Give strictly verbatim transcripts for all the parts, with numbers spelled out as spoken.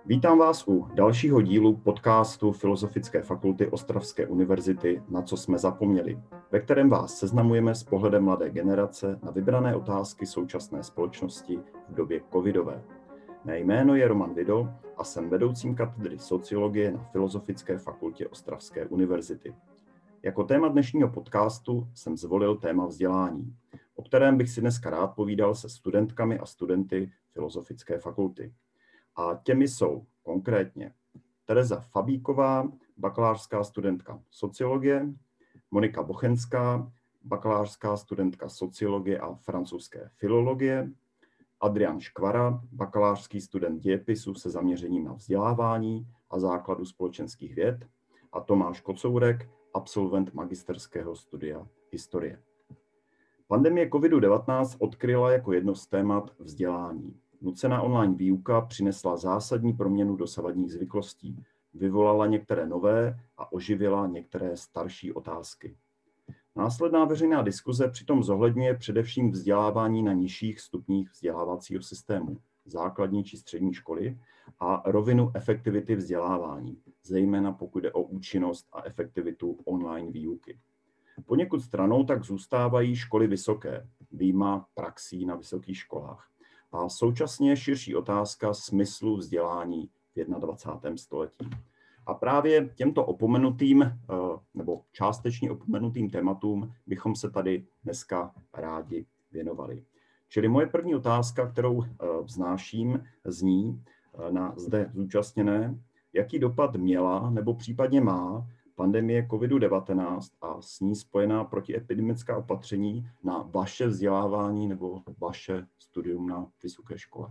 Vítám vás u dalšího dílu podcastu Filozofické fakulty Ostravské univerzity Na co jsme zapomněli, ve kterém vás seznamujeme s pohledem mladé generace na vybrané otázky současné společnosti v době covidové. Mé jméno je Roman Vido a jsem vedoucím katedry sociologie na Filozofické fakultě Ostravské univerzity. Jako téma dnešního podcastu jsem zvolil téma vzdělání, o kterém bych si dneska rád povídal se studentkami a studenty Filozofické fakulty. A těmi jsou konkrétně Tereza Fabíková, bakalářská studentka sociologie, Monika Bochenská, bakalářská studentka sociologie a francouzské filologie, Adrian Škvara, bakalářský student dějepisu se zaměřením na vzdělávání a základu společenských věd, a Tomáš Kocourek, absolvent magisterského studia historie. Pandemie covidu devatenáct odkryla jako jedno z témat vzdělání. Nucená online výuka přinesla zásadní proměnu dosavadních zvyklostí, vyvolala některé nové a oživila některé starší otázky. Následná veřejná diskuze přitom zohledňuje především vzdělávání na nižších stupních vzdělávacího systému, základní či střední školy, a rovinu efektivity vzdělávání, zejména pokud jde o účinnost a efektivitu online výuky. Poněkud stranou tak zůstávají školy vysoké, vyjma praxí na vysokých školách. A současně širší otázka smyslu vzdělání v dvacátém prvním století. A právě těmto opomenutým nebo částečně opomenutým tématům bychom se tady dneska rádi věnovali. Čili moje první otázka, kterou vznáším, zní na zde zúčastněné, jaký dopad měla nebo případně má pandemie covidu devatenáct a s ní spojená protiepidemická opatření na vaše vzdělávání nebo vaše studium na vysoké škole?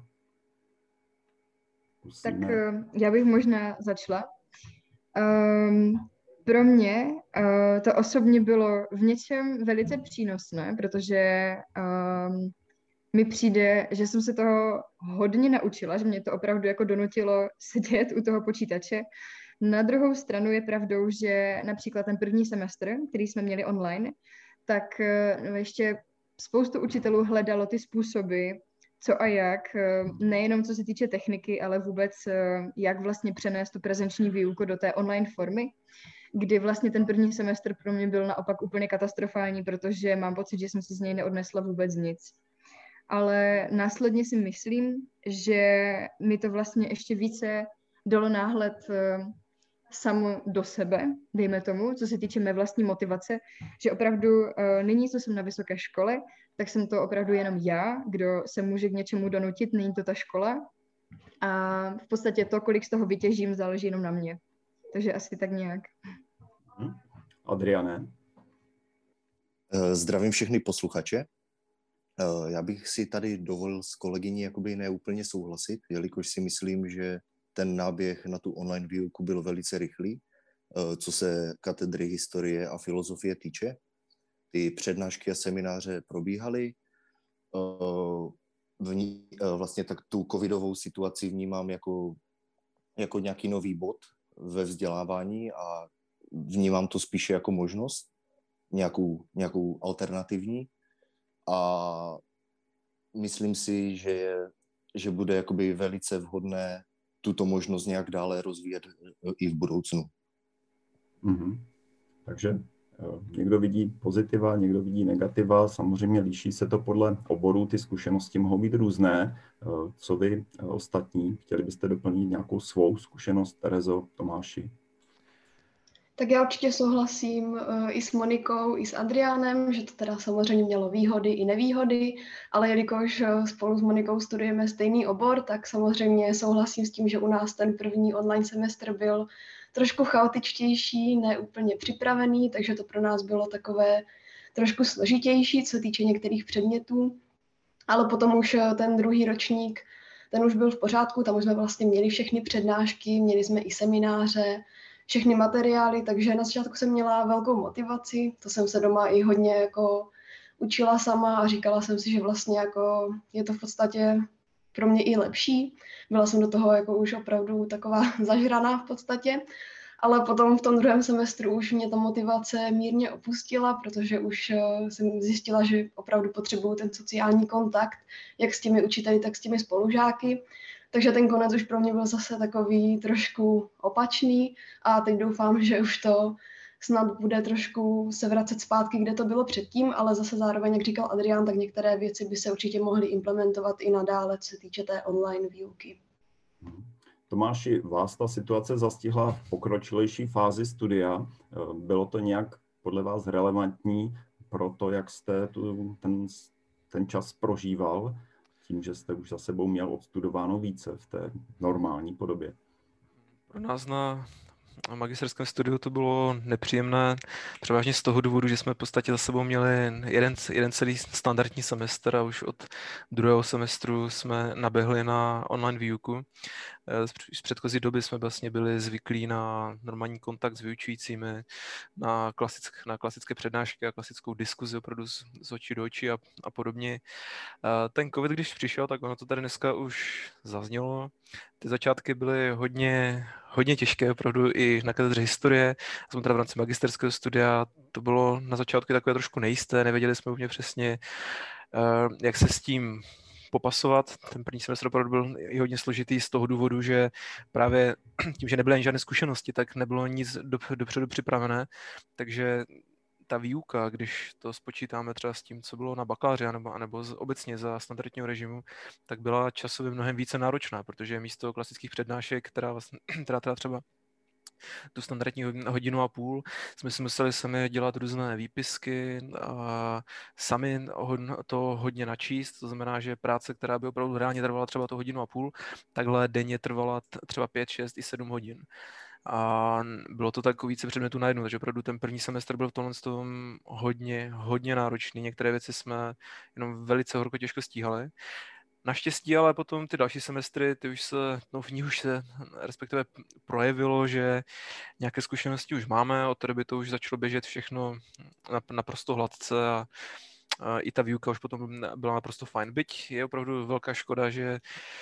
Musíme. Tak já bych možná začala. Um, pro mě uh, to osobně bylo v něčem velice přínosné, protože um, mi přijde, že jsem se toho hodně naučila, že mě to opravdu jako donutilo sedět u toho počítače. Na druhou stranu je pravdou, že například ten první semestr, který jsme měli online, tak no, ještě spoustu učitelů hledalo ty způsoby, co a jak, nejenom co se týče techniky, ale vůbec jak vlastně přenést tu prezenční výuku do té online formy, kdy vlastně ten první semestr pro mě byl naopak úplně katastrofální, protože mám pocit, že jsem si z něj neodnesla vůbec nic. Ale následně si myslím, že mi to vlastně ještě více dalo náhled samo do sebe, dejme tomu, co se týče mé vlastní motivace, že opravdu uh, nyní, co jsem na vysoké škole, tak jsem to opravdu jenom já, kdo se může k něčemu donutit, není to ta škola. A v podstatě to, kolik z toho vytěžím, záleží jenom na mě. Takže asi tak nějak. Adriane? Zdravím všechny posluchače. Já bych si tady dovolil s kolegyní jakoby neúplně souhlasit, jelikož si myslím, že ten náběh na tu online výuku byl velice rychlý, co se katedry historie a filozofie týče. Ty přednášky a semináře probíhaly. Vní, vlastně tak tu covidovou situaci vnímám jako, jako nějaký nový bod ve vzdělávání a vnímám to spíše jako možnost, nějakou, nějakou alternativní. A myslím si, že, je, že bude jakoby velice vhodné tuto možnost nějak dále rozvíjet i v budoucnu. Mm-hmm. Takže někdo vidí pozitiva, někdo vidí negativa, samozřejmě líší se to podle oborů, ty zkušenosti mohou být různé. Co vy ostatní, chtěli byste doplnit nějakou svou zkušenost, Terezo, Tomáši? Tak já určitě souhlasím uh, i s Monikou, i s Adriánem, že to teda samozřejmě mělo výhody i nevýhody, ale jelikož uh, spolu s Monikou studujeme stejný obor, tak samozřejmě souhlasím s tím, že u nás ten první online semestr byl trošku chaotičtější, ne úplně připravený, takže to pro nás bylo takové trošku složitější, co týče některých předmětů, ale potom už uh, ten druhý ročník, ten už byl v pořádku, tam už jsme vlastně měli všechny přednášky, měli jsme i semináře, všechny materiály, takže na začátku jsem měla velkou motivaci, to jsem se doma i hodně jako učila sama a říkala jsem si, že vlastně jako je to v podstatě pro mě i lepší. Byla jsem do toho jako už opravdu taková zažraná v podstatě, ale potom v tom druhém semestru už mě ta motivace mírně opustila, protože už jsem zjistila, že opravdu potřebuju ten sociální kontakt, jak s těmi učiteli, tak s těmi spolužáky. Takže ten konec už pro mě byl zase takový trošku opačný a teď doufám, že už to snad bude trošku se vracet zpátky, kde to bylo předtím, ale zase zároveň, jak říkal Adrián, tak některé věci by se určitě mohly implementovat i nadále, co se týče té online výuky. Tomáši, vás ta situace zastihla v pokročilejší fázi studia. Bylo to nějak podle vás relevantní pro to, jak jste tu, ten, ten čas prožíval, tím, že jste už za sebou měl odstudováno více v té normální podobě? Pro nás na magisterském studiu to bylo nepříjemné, převážně z toho důvodu, že jsme v podstatě za sebou měli jeden, jeden celý standardní semestr a už od druhého semestru jsme naběhli na online výuku. Z předchozí doby jsme vlastně byli zvyklí na normální kontakt s vyučujícími, na, klasick, na klasické přednášky a klasickou diskuzi opravdu z, z očí do očí a, a podobně. Ten covid, když přišel, tak ono to tady dneska už zaznělo. Ty začátky byly hodně, hodně těžké, opravdu i na katedře historie. Jsme teda v rámci magisterského studia, to bylo na začátku takové trošku nejisté, nevěděli jsme úplně přesně, jak se s tím popasovat. Ten první semestr opravdu byl i hodně složitý z toho důvodu, že právě tím, že nebyly ani žádné zkušenosti, tak nebylo nic dopředu připravené, takže ta výuka, když to spočítáme třeba s tím, co bylo na bakaláři, anebo, anebo obecně za standardního režimu, tak byla časově mnohem více náročná, protože místo klasických přednášek, která, vlastně, která, která třeba tu standardní hodinu a půl, jsme si museli sami dělat různé výpisky a sami to hodně načíst, to znamená, že práce, která by opravdu reálně trvala třeba to hodinu a půl, takhle denně trvala třeba pět, šest i sedm hodin. A bylo to tak více předmětů najednou, takže opravdu ten první semestr byl v tomhle tom hodně, hodně náročný. Některé věci jsme jenom velice horko těžko stíhali. Naštěstí ale potom ty další semestry, ty už se, no v nich už se respektive projevilo, že nějaké zkušenosti už máme, od té doby to už začalo běžet všechno naprosto hladce a, a i ta výuka už potom byla naprosto fajn. Byť je opravdu velká škoda, že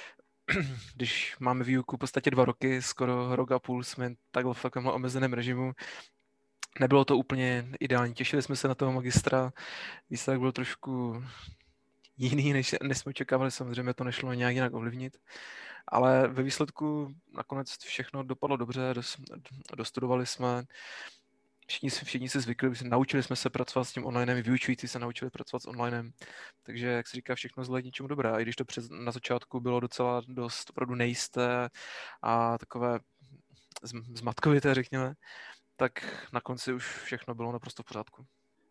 když máme výuku v podstatě dva roky, skoro rok a půl jsme takhle v takovém omezeném režimu, nebylo to úplně ideální. Těšili jsme se na toho magistra, výsledek byl trošku jiný, než, než jsme očekávali, samozřejmě to nešlo nějak jinak ovlivnit, ale ve výsledku nakonec všechno dopadlo dobře, dostudovali jsme, všichni, všichni se zvykli, naučili jsme se pracovat s tím onlinem, vyučující se naučili pracovat s onlinem, takže jak se říká, všechno zle k ničemu dobré. A i když to před, na začátku bylo docela dost opravdu nejisté a takové zmatkovité, řekněme, tak na konci už všechno bylo naprosto v pořádku.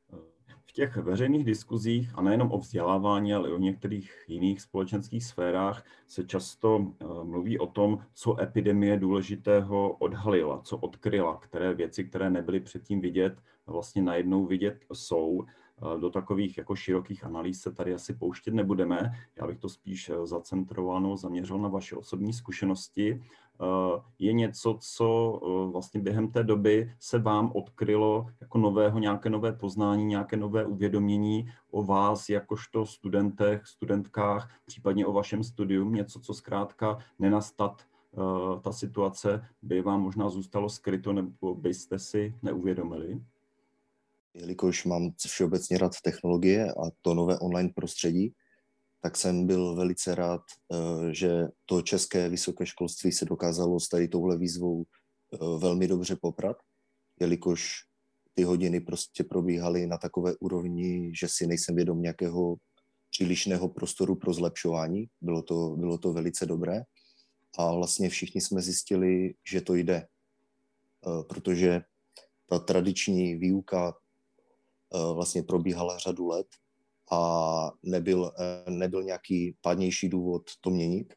V těch veřejných diskuzích, a nejenom o vzdělávání, ale i o některých jiných společenských sférách, se často mluví o tom, co epidemie důležitého odhalila, co odkryla, které věci, které nebyly předtím vidět, vlastně najednou vidět jsou. Do takových jako širokých analýz se tady asi pouštět nebudeme. Já bych to spíš zacentroval nebo zaměřil na vaše osobní zkušenosti. Je něco, co vlastně během té doby se vám odkrylo jako nového, nějaké nové poznání, nějaké nové uvědomění o vás jakožto studentech, studentkách, případně o vašem studium, něco, co zkrátka nenastat ta situace by vám možná zůstalo skryto nebo byste si neuvědomili? Jelikož mám všeobecně rád technologie a to nové online prostředí, tak jsem byl velice rád, že to české vysoké školství se dokázalo s tady touhle výzvou velmi dobře poprat, jelikož ty hodiny prostě probíhaly na takové úrovni, že si nejsem vědom nějakého přílišného prostoru pro zlepšování. Bylo to, bylo to velice dobré a vlastně všichni jsme zjistili, že to jde, protože ta tradiční výuka vlastně probíhala řadu let a nebyl, nebyl nějaký pádnější důvod to měnit.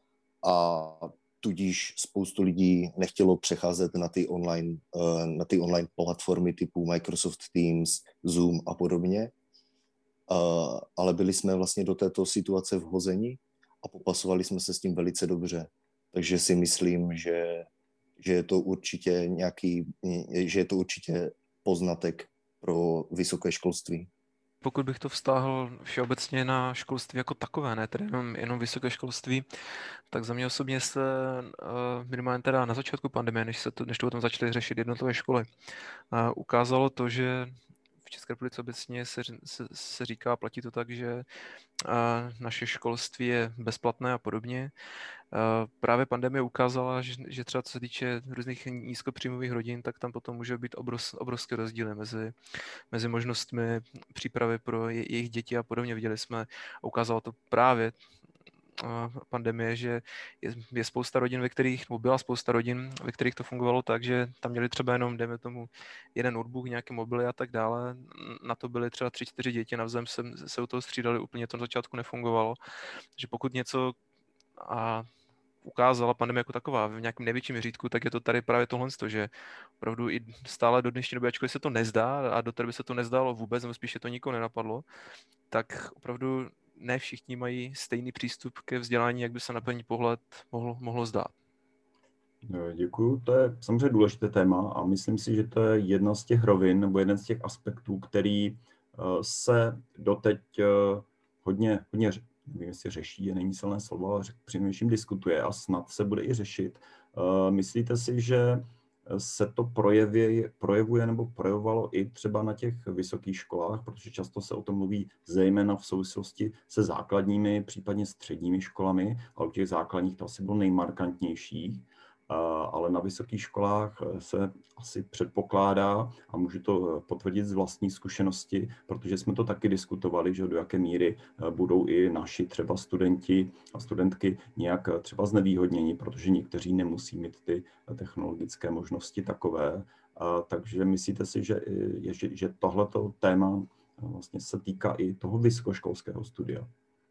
A tudíž spoustu lidí nechtělo přecházet na ty online, na ty online platformy typu Microsoft Teams, Zoom a podobně. Ale byli jsme vlastně do této situace vhozeni a popasovali jsme se s tím velice dobře. Takže si myslím, že, že je to určitě nějaký, že je to určitě poznatek pro vysoké školství. Pokud bych to vztáhl všeobecně na školství jako takové, ne tedy jenom, jenom vysoké školství, tak za mě osobně se minimálně teda na začátku pandemie, než, se to, než to potom začaly řešit jednotlivé školy, ukázalo to, že v České republice obecně se, se, se říká, platí to tak, že naše školství je bezplatné a podobně. Právě pandemie ukázala, že, že třeba co se týče různých nízkopříjmových rodin, tak tam potom může být obrov, obrovské rozdíly mezi, mezi možnostmi přípravy pro je, jejich děti a podobně. Viděli jsme, ukázalo to právě pandemie, že je, je spousta rodin, ve kterých, nebo byla spousta rodin, ve kterých to fungovalo tak, že tam měli třeba jenom, dejme tomu, jeden notebook, nějaké mobily a tak dále. Na to byly třeba tři, čtyři děti, navzájem se, se u toho střídali, úplně to na začátku nefungovalo. Takže pokud něco a ukázala pandemie jako taková v nějakém největším měřítku, tak je to tady právě tohle, že opravdu i stále do dnešní doby, ačkoliv se to nezdá a do té doby se to nezdálo vůbec, nebo spíše to nikoho nenapadlo, tak opravdu ne všichni mají stejný přístup ke vzdělání, jak by se na první pohled mohlo, mohlo zdát. Děkuju, to je samozřejmě důležité téma a myslím si, že to je jedna z těch rovin nebo jeden z těch aspektů, který se doteď hodně, hodně nevím, jestli řeší, je není silné slovo, ale přinejmenším diskutuje a snad se bude i řešit. Myslíte si, že se to projevuje, projevuje nebo projevovalo i třeba na těch vysokých školách, protože často se o tom mluví zejména v souvislosti se základními, případně středními školami, ale u těch základních to asi bylo nejmarkantnější, ale na vysokých školách se asi předpokládá, a můžu to potvrdit z vlastní zkušenosti, protože jsme to taky diskutovali, že do jaké míry budou i naši třeba studenti a studentky nějak třeba znevýhodněni, protože někteří nemusí mít ty technologické možnosti takové. Takže myslíte si, že, že, že tohleto téma vlastně se týká i toho vysokoškolského studia?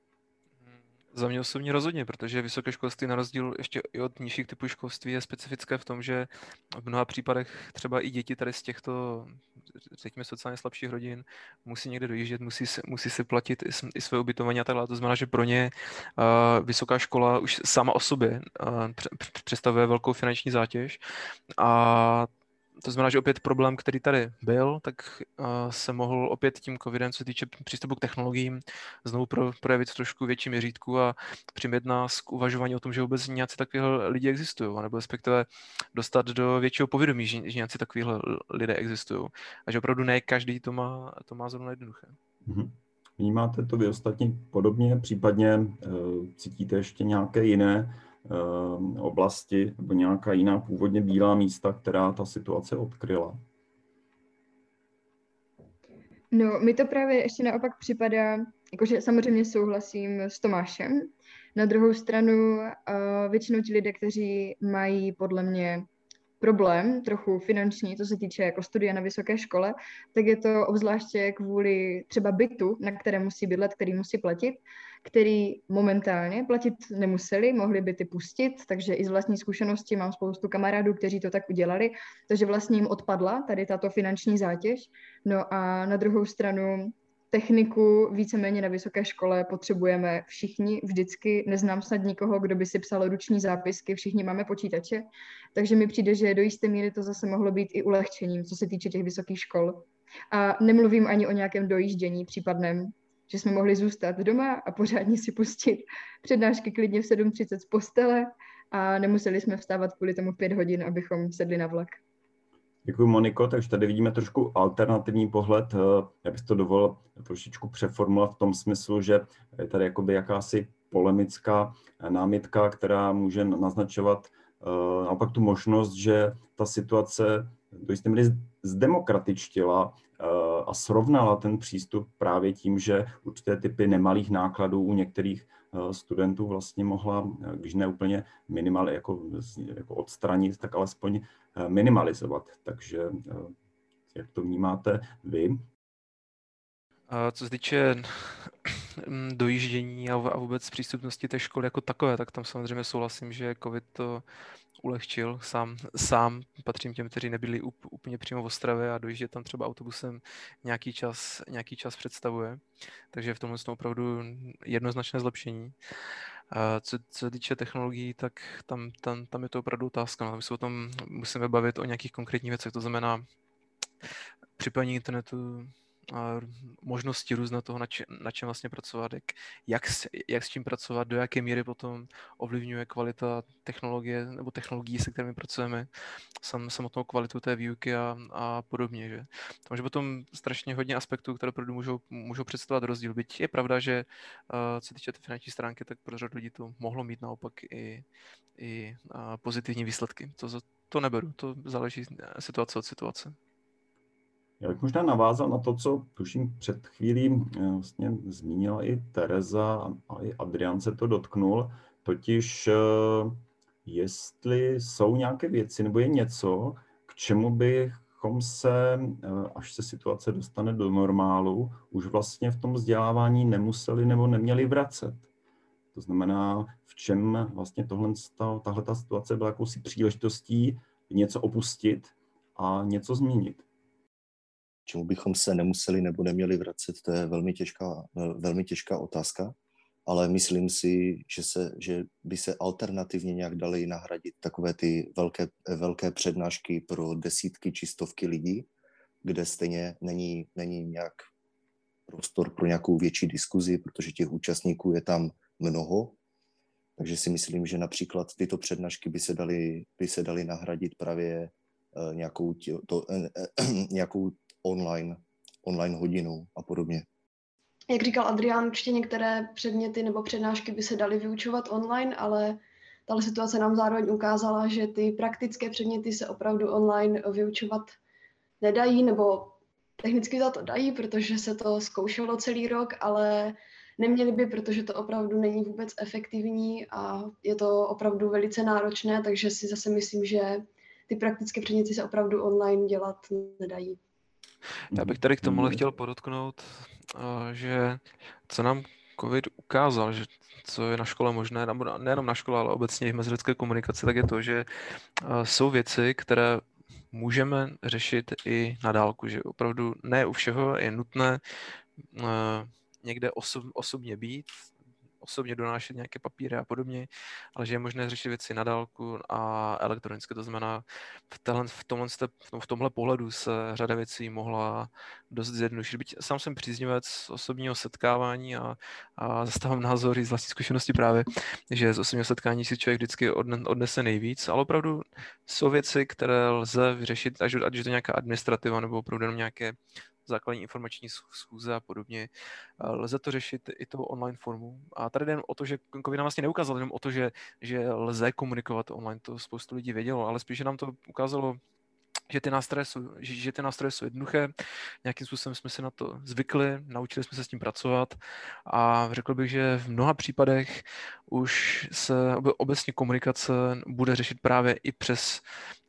Za mě osobně rozhodně, protože vysoké školství na rozdíl ještě i od nižších typů školství je specifické v tom, že v mnoha případech třeba i děti tady z těchto, řekněme, sociálně slabších rodin musí někde dojíždět, musí si, musí si platit i, i své ubytování a tak dále. To znamená, že pro ně uh, vysoká škola už sama o sobě uh, představuje velkou finanční zátěž a to znamená, že opět problém, který tady byl, tak uh, se mohl opět tím covidem, co se týče přístupu k technologiím, znovu pro, projevit v trošku větším měřítku a přimět nás k uvažování o tom, že vůbec nějací takovéhle lidi existují, nebo respektive dostat do většího povědomí, že, že nějací takovéhle lidé existují. A že opravdu ne každý to má, to má zrovna jednoduché. Mm-hmm. Vnímáte to vy ostatní podobně, případně uh, cítíte ještě nějaké jiné oblasti nebo nějaká jiná původně bílá místa, která ta situace odkryla? No, mi to právě ještě naopak připadá, jakože samozřejmě souhlasím s Tomášem. Na druhou stranu uh, většinou ti lidé, kteří mají podle mě problém, trochu finanční, co se týče jako studia na vysoké škole, tak je to obzvláště kvůli třeba bytu, na které musí bydlet, který musí platit, který momentálně platit nemuseli, mohli byty pustit, takže i z vlastní zkušenosti mám spoustu kamarádů, kteří to tak udělali, takže vlastně jim odpadla tady tato finanční zátěž. No a na druhou stranu techniku víceméně na vysoké škole potřebujeme všichni, vždycky. Neznám snad nikoho, kdo by si psal ruční zápisky, všichni máme počítače, takže mi přijde, že do jisté míry to zase mohlo být i ulehčením, co se týče těch vysokých škol. A nemluvím ani o nějakém dojíždění případném, že jsme mohli zůstat doma a pořádně si pustit přednášky klidně v sedm třicet z postele a nemuseli jsme vstávat kvůli tomu pět hodin, abychom sedli na vlak. Děkuji, Moniko. Takže tady vidíme trošku alternativní pohled. Já bych to dovolil trošičku přeformulovat v tom smyslu, že je tady jakoby jakási polemická námitka, která může naznačovat naopak tu možnost, že ta situace do jisté míry zdemokratičtila a srovnala ten přístup právě tím, že určité typy nemalých nákladů u některých studentů vlastně mohla, když ne úplně minimal, jako, jako odstranit, tak alespoň minimalizovat. Takže jak to vnímáte vy? Co se týče dojíždění a vůbec přístupnosti té školy jako takové, tak tam samozřejmě souhlasím, že COVID to ulehčil. Sám, sám patřím těm, kteří nebyli úplně přímo v Ostravě a dojíždět tam třeba autobusem nějaký čas, nějaký čas představuje. Takže v tomhle jsou opravdu jednoznačné zlepšení. A co, co se týče technologií, tak tam, tam, tam je to opravdu otázka. Tam se o tom musíme bavit o nějakých konkrétních věcech. To znamená připojení internetu možnosti různé toho, na, či, na čem vlastně pracovat, jak, jak, s, jak s čím pracovat, do jaké míry potom ovlivňuje kvalita technologie nebo technologií, se kterými pracujeme, sam, samotnou kvalitu té výuky a, a podobně. Že? Takže potom strašně hodně aspektů, které opravdu můžou, můžou představovat rozdíl. Byť je pravda, že uh, co se týče té finanční stránky, tak pro řadu lidí to mohlo mít naopak i, i uh, pozitivní výsledky. To, to neberu, to záleží situace od situace. Já bych možná navázal na to, co tuším před chvílí vlastně zmínila i Tereza a i Adrián se to dotknul, totiž jestli jsou nějaké věci nebo je něco, k čemu bychom se, až se situace dostane do normálu, už vlastně v tom vzdělávání nemuseli nebo neměli vracet. To znamená, v čem vlastně tohle, tahle ta situace byla jakousi příležitostí něco opustit a něco změnit. Čemu bychom se nemuseli nebo neměli vracet, to je velmi těžká, velmi těžká otázka, ale myslím si, že, se, že by se alternativně nějak daly nahradit takové ty velké, velké přednášky pro desítky či stovky lidí, kde stejně není, není nějak prostor pro nějakou větší diskuzi, protože těch účastníků je tam mnoho. Takže si myslím, že například tyto přednášky by se daly, by se daly nahradit právě nějakou, to, nějakou online, online hodinou a podobně. Jak říkal Adrián, určitě některé předměty nebo přednášky by se daly vyučovat online, ale tato situace nám zároveň ukázala, že ty praktické předměty se opravdu online vyučovat nedají, nebo technicky za to dají, protože se to zkoušelo celý rok, ale neměli by, protože to opravdu není vůbec efektivní a je to opravdu velice náročné, takže si zase myslím, že ty praktické předměty se opravdu online dělat nedají. Já bych tady k tomu chtěl podotknout, že co nám COVID ukázal, že co je na škole možné, nebo nejenom na škole, ale obecně i v mezilidské komunikaci, tak je to, že jsou věci, které můžeme řešit i na dálku, že opravdu ne u všeho je nutné někde osob, osobně být, osobně donášet nějaké papíry a podobně, ale že je možné řešit věci na dálku a elektronicky. To znamená, v, téhle, v, tomhle, v tomhle pohledu se řada věcí mohla dost zjednodušit. Byť sám jsem příznivec osobního setkávání a, a zastávám názory z vlastní zkušenosti právě, že z osobního setkání si člověk vždycky odnese nejvíc, ale opravdu jsou věci, které lze vyřešit, ať už to nějaká administrativa nebo opravdu jenom nějaké základní informační schůze a podobně. Lze to řešit i tou online formou. A tady jde o to, že COVID nám vlastně neukázal jenom o to, že, že lze komunikovat online, to spoustu lidí vědělo, ale spíše nám to ukázalo, že ty nástroje jsou, že, že ty nástroje jsou jednoduché, nějakým způsobem jsme si na to zvykli, naučili jsme se s tím pracovat a řekl bych, že v mnoha případech už se obecně komunikace bude řešit právě i přes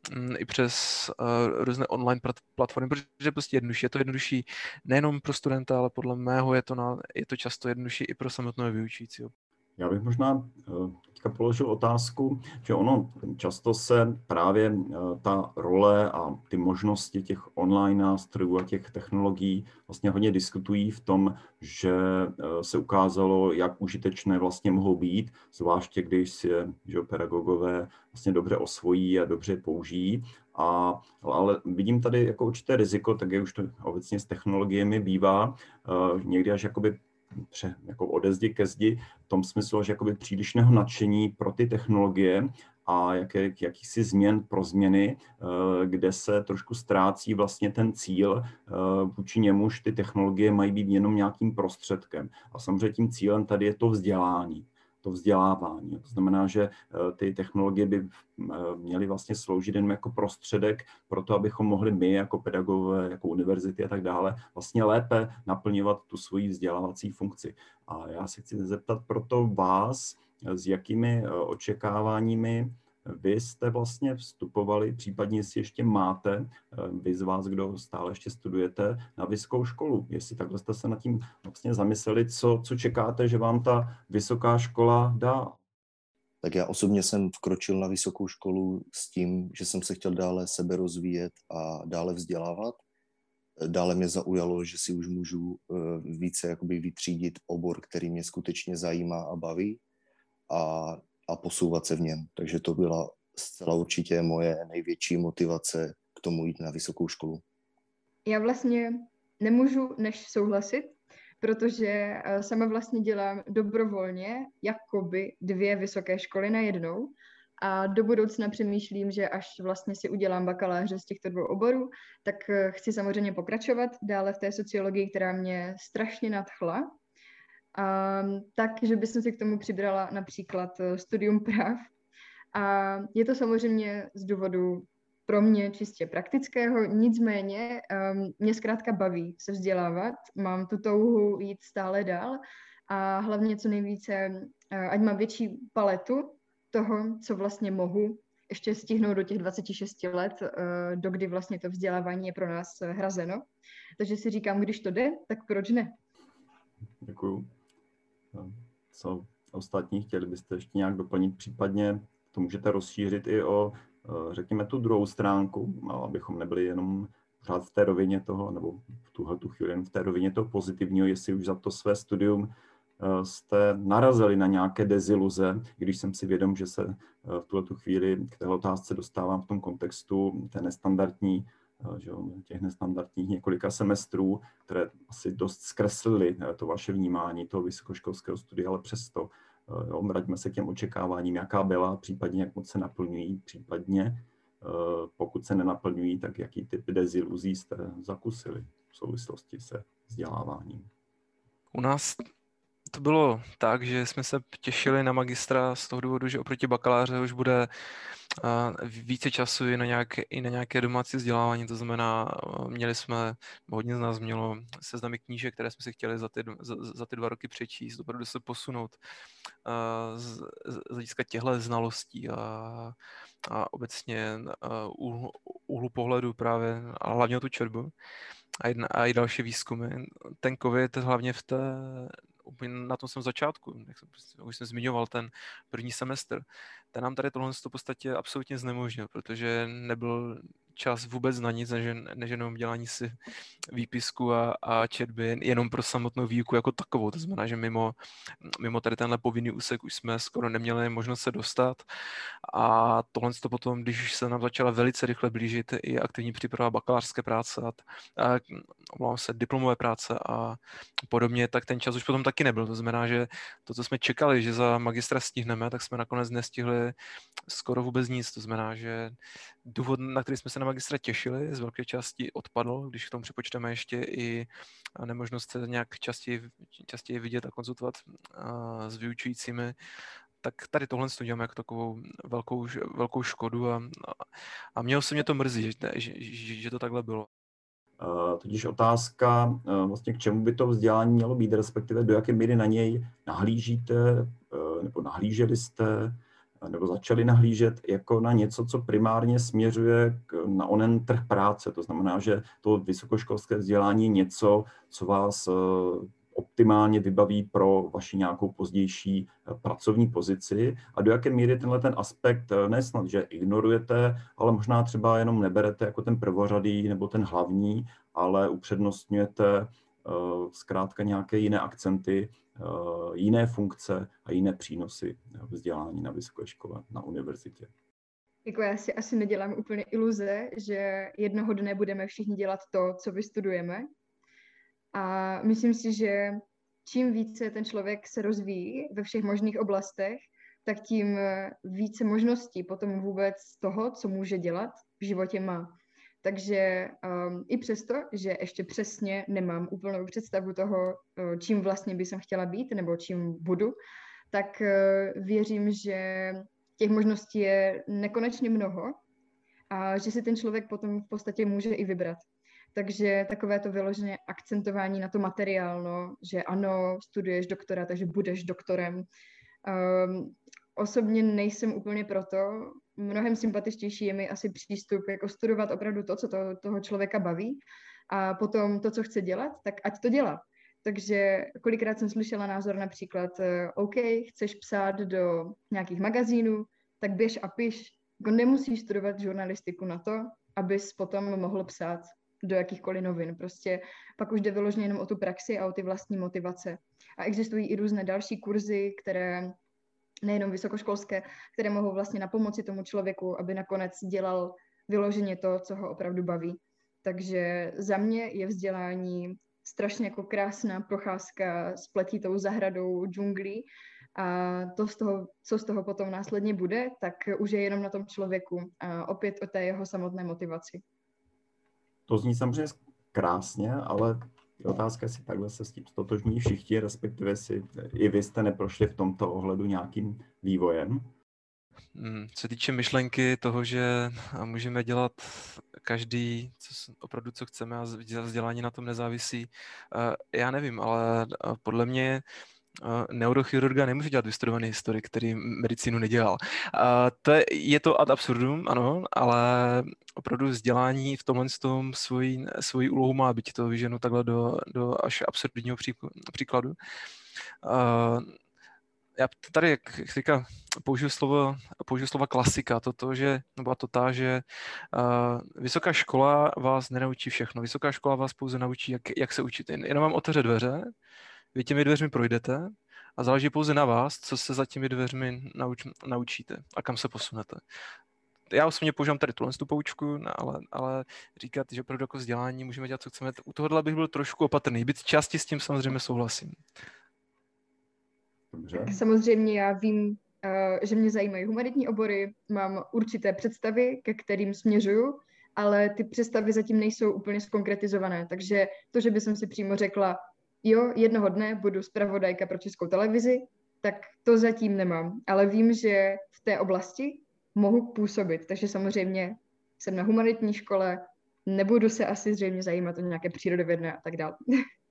i přes uh, různé online platformy, protože prostě jednodušší. Je to jednodušší nejenom pro studenta, ale podle mého je to, na, je to často jednodušší i pro samotného vyučujícího. Já bych možná teďka položil otázku, že ono často se právě ta role a ty možnosti těch online nástrojů a těch technologií vlastně hodně diskutují v tom, že se ukázalo, jak užitečné vlastně mohou být, zvláště když si je, že pedagogové vlastně dobře osvojí a dobře použijí. A, ale vidím tady jako určité riziko, tak je už to obecně s technologiemi bývá, někdy až jakoby pře, jako ode zdi ke zdi, v tom smyslu, že jakoby přílišného nadšení pro ty technologie a jaké, jakýchsi změn pro změny, kde se trošku ztrácí vlastně ten cíl, vůči němuž ty technologie mají být jenom nějakým prostředkem. A samozřejmě tím cílem tady je to vzdělání. To vzdělávání. To znamená, že ty technologie by měly vlastně sloužit jen jako prostředek pro to, abychom mohli my jako pedagogové, jako univerzity a tak dále vlastně lépe naplňovat tu svoji vzdělávací funkci. A já se chci zeptat proto vás, s jakými očekáváními vy jste vlastně vstupovali, případně jestli ještě máte, vy z vás, kdo stále ještě studujete, na vysokou školu. Jestli takhle jste se nad tím vlastně zamysleli, co, co čekáte, že vám ta vysoká škola dá? Tak já osobně jsem vkročil na vysokou školu s tím, že jsem se chtěl dále sebe rozvíjet a dále vzdělávat. Dále mě zaujalo, že si už můžu více jakoby vytřídit obor, který mě skutečně zajímá a baví a, a posouvat se v něm. Takže to byla zcela určitě moje největší motivace k tomu jít na vysokou školu. Já vlastně nemůžu než souhlasit, protože sama vlastně dělám dobrovolně jakoby dvě vysoké školy najednou a do budoucna přemýšlím, že až vlastně si udělám bakaláře z těchto dvou oborů, tak chci samozřejmě pokračovat dále v té sociologii, která mě strašně nadchla. A, takže bych si k tomu přibrala například studium práv. A je to samozřejmě z důvodu pro mě čistě praktického, nicméně um, mě zkrátka baví se vzdělávat, mám tu touhu jít stále dál a hlavně co nejvíce, uh, ať mám větší paletu toho, co vlastně mohu ještě stihnout do těch dvaceti šesti let, uh, dokdy vlastně to vzdělávání je pro nás uh, hrazeno. Takže si říkám, když to jde, tak proč ne? Děkuju. Co ostatní chtěli byste ještě nějak doplnit, případně to můžete rozšířit i o, řekněme, tu druhou stránku, abychom nebyli jenom pořád v té rovině toho, nebo v tuhle tu chvíli jen v té rovině toho pozitivního, jestli už za to své studium jste narazili na nějaké deziluze, když jsem si vědom, že se v tuhle tu chvíli k té otázce dostávám v tom kontextu té nestandardní, že těch nestandardních několika semestrů, které asi dost zkreslily to vaše vnímání toho vysokoškolského studia, ale přesto jo, vraťme se k těm očekáváním, jaká byla, případně jak moc se naplňují, případně pokud se nenaplňují, tak jaký typ deziluzí jste zakusili v souvislosti se vzděláváním. U nás to bylo tak, že jsme se těšili na magistra z toho důvodu, že oproti bakaláře už bude více času i na nějaké, i na nějaké domácí vzdělávání, to znamená, měli jsme, hodně z nás mělo seznamy knížek, které jsme si chtěli za ty, za, za ty dva roky přečíst, opravdu se posunout z, z hlediska těchto znalostí a, a obecně úhlu, úhlu pohledu právě, a hlavně o tu četbu a, jedna, a i další výzkumy. Ten covid hlavně v té úplně na tom jsem začátku, jak jsem, už jsem zmiňoval ten první semestr, ten nám tady tohle v podstatě absolutně znemožnil, protože nebyl čas vůbec na nic, než, než jenom dělání si výpisku a, a četby, jenom pro samotnou výuku jako takovou. To znamená, že mimo, mimo tady tenhle povinný úsek už jsme skoro neměli možnost se dostat a tohle to potom, když se nám začala velice rychle blížit i aktivní příprava bakalářské práce a, a omlouvám se, diplomové práce a podobně, tak ten čas už potom taky nebyl. To znamená, že to, co jsme čekali, že za magistra stihneme, tak jsme nakonec nestihli skoro vůbec nic. To znamená, že důvod, na který jsme se na magistra těšili, z velké části odpadl, když k tomu připočteme ještě i nemožnost se nějak častěji, častěji vidět a konzultovat s vyučujícími, tak tady tohle děláme jako takovou velkou, velkou škodu a, a mě osobně to mrzí, že, že, že, že to takhle bylo. Totiž otázka, vlastně k čemu by to vzdělání mělo být, respektive do jaké míry na něj nahlížíte, nebo nahlíželi jste, nebo začali nahlížet jako na něco, co primárně směřuje k, na onen trh práce. To znamená, že to vysokoškolské vzdělání je něco, co vás optimálně vybaví pro vaši nějakou pozdější pracovní pozici a do jaké míry tenhle ten aspekt ne snad, že ignorujete, ale možná třeba jenom neberete jako ten prvořadý nebo ten hlavní, ale upřednostňujete uh, zkrátka nějaké jiné akcenty, uh, jiné funkce a jiné přínosy vzdělání na vysoké škole, na univerzitě. Jako já si asi nedělám úplně iluze, že jednoho dne budeme všichni dělat to, co vystudujeme. A myslím si, že čím více ten člověk se rozvíjí ve všech možných oblastech, tak tím více možností potom vůbec toho, co může dělat, v životě má. Takže um, i přesto, že ještě přesně nemám úplnou představu toho, čím vlastně by jsem chtěla být nebo čím budu, tak uh, věřím, že těch možností je nekonečně mnoho a že si ten člověk potom v podstatě může i vybrat. Takže takové to vyložené akcentování na to materiálno, že ano, studuješ doktora, takže budeš doktorem. Um, osobně nejsem úplně proto. Mnohem sympatičtější je mi asi přístup, jako studovat opravdu to, co to, toho člověka baví. A potom to, co chce dělat, tak ať to dělá. Takže kolikrát jsem slyšela názor například, OK, chceš psát do nějakých magazínů, tak běž a piš. Nemusíš studovat žurnalistiku na to, abys potom mohl psát do jakýchkoliv novin. Prostě pak už jde vyloženě jenom o tu praxi a o ty vlastní motivace. A existují i různé další kurzy, které nejenom vysokoškolské, které mohou vlastně napomoci tomu člověku, aby nakonec dělal vyloženě to, co ho opravdu baví. Takže za mě je vzdělání strašně jako krásná procházka s pletitou zahradou džunglí a to z toho, co z toho potom následně bude, tak už je jenom na tom člověku a opět o té jeho samotné motivaci. To zní samozřejmě krásně, ale otázka, jestli takhle se s tím stotožní všichni, respektive si i vy jste neprošli v tomto ohledu nějakým vývojem. Co se týče myšlenky toho, že můžeme dělat každý co, opravdu, co chceme a vzdělání na tom nezávisí, já nevím, ale podle mě neurochirurga nemůže dělat vystudovaný historik, který medicínu nedělal. To je, je to ad absurdum, ano, ale opravdu vzdělání v tomhle tom svoji, svoji úlohu má, byť to vyženu takhle do, do až absurdního příkladu. Já tady, jak říká, použiju slovo, použiju slova klasika, toto, že, nebo to ta, že uh, vysoká škola vás nenaučí všechno. Vysoká škola vás pouze naučí, jak, jak se učit. Jen, jenom vám otevře dveře, vy těmi dveřmi projdete a záleží pouze na vás, co se za těmi dveřmi nauč, naučíte a kam se posunete. Já osobně používám tady tuhle tu poučku, ale, ale říkat, že opravdu jako vzdělání můžeme dělat, co chceme, u tohohle bych byl trošku opatrný. Byť části s tím samozřejmě souhlasím. Dobře. Samozřejmě já vím, že mě zajímají humanitní obory, mám určité představy, ke kterým směřuju, ale ty představy zatím nejsou úplně zkonkretizované, takže to, že bych si přímo řekla, jo, jednoho dne budu zpravodajka pro Českou televizi, tak to zatím nemám, ale vím, že v té oblasti mohu působit, takže samozřejmě jsem na humanitní škole, nebudu se asi zřejmě zajímat o nějaké přírodovědné a tak dále.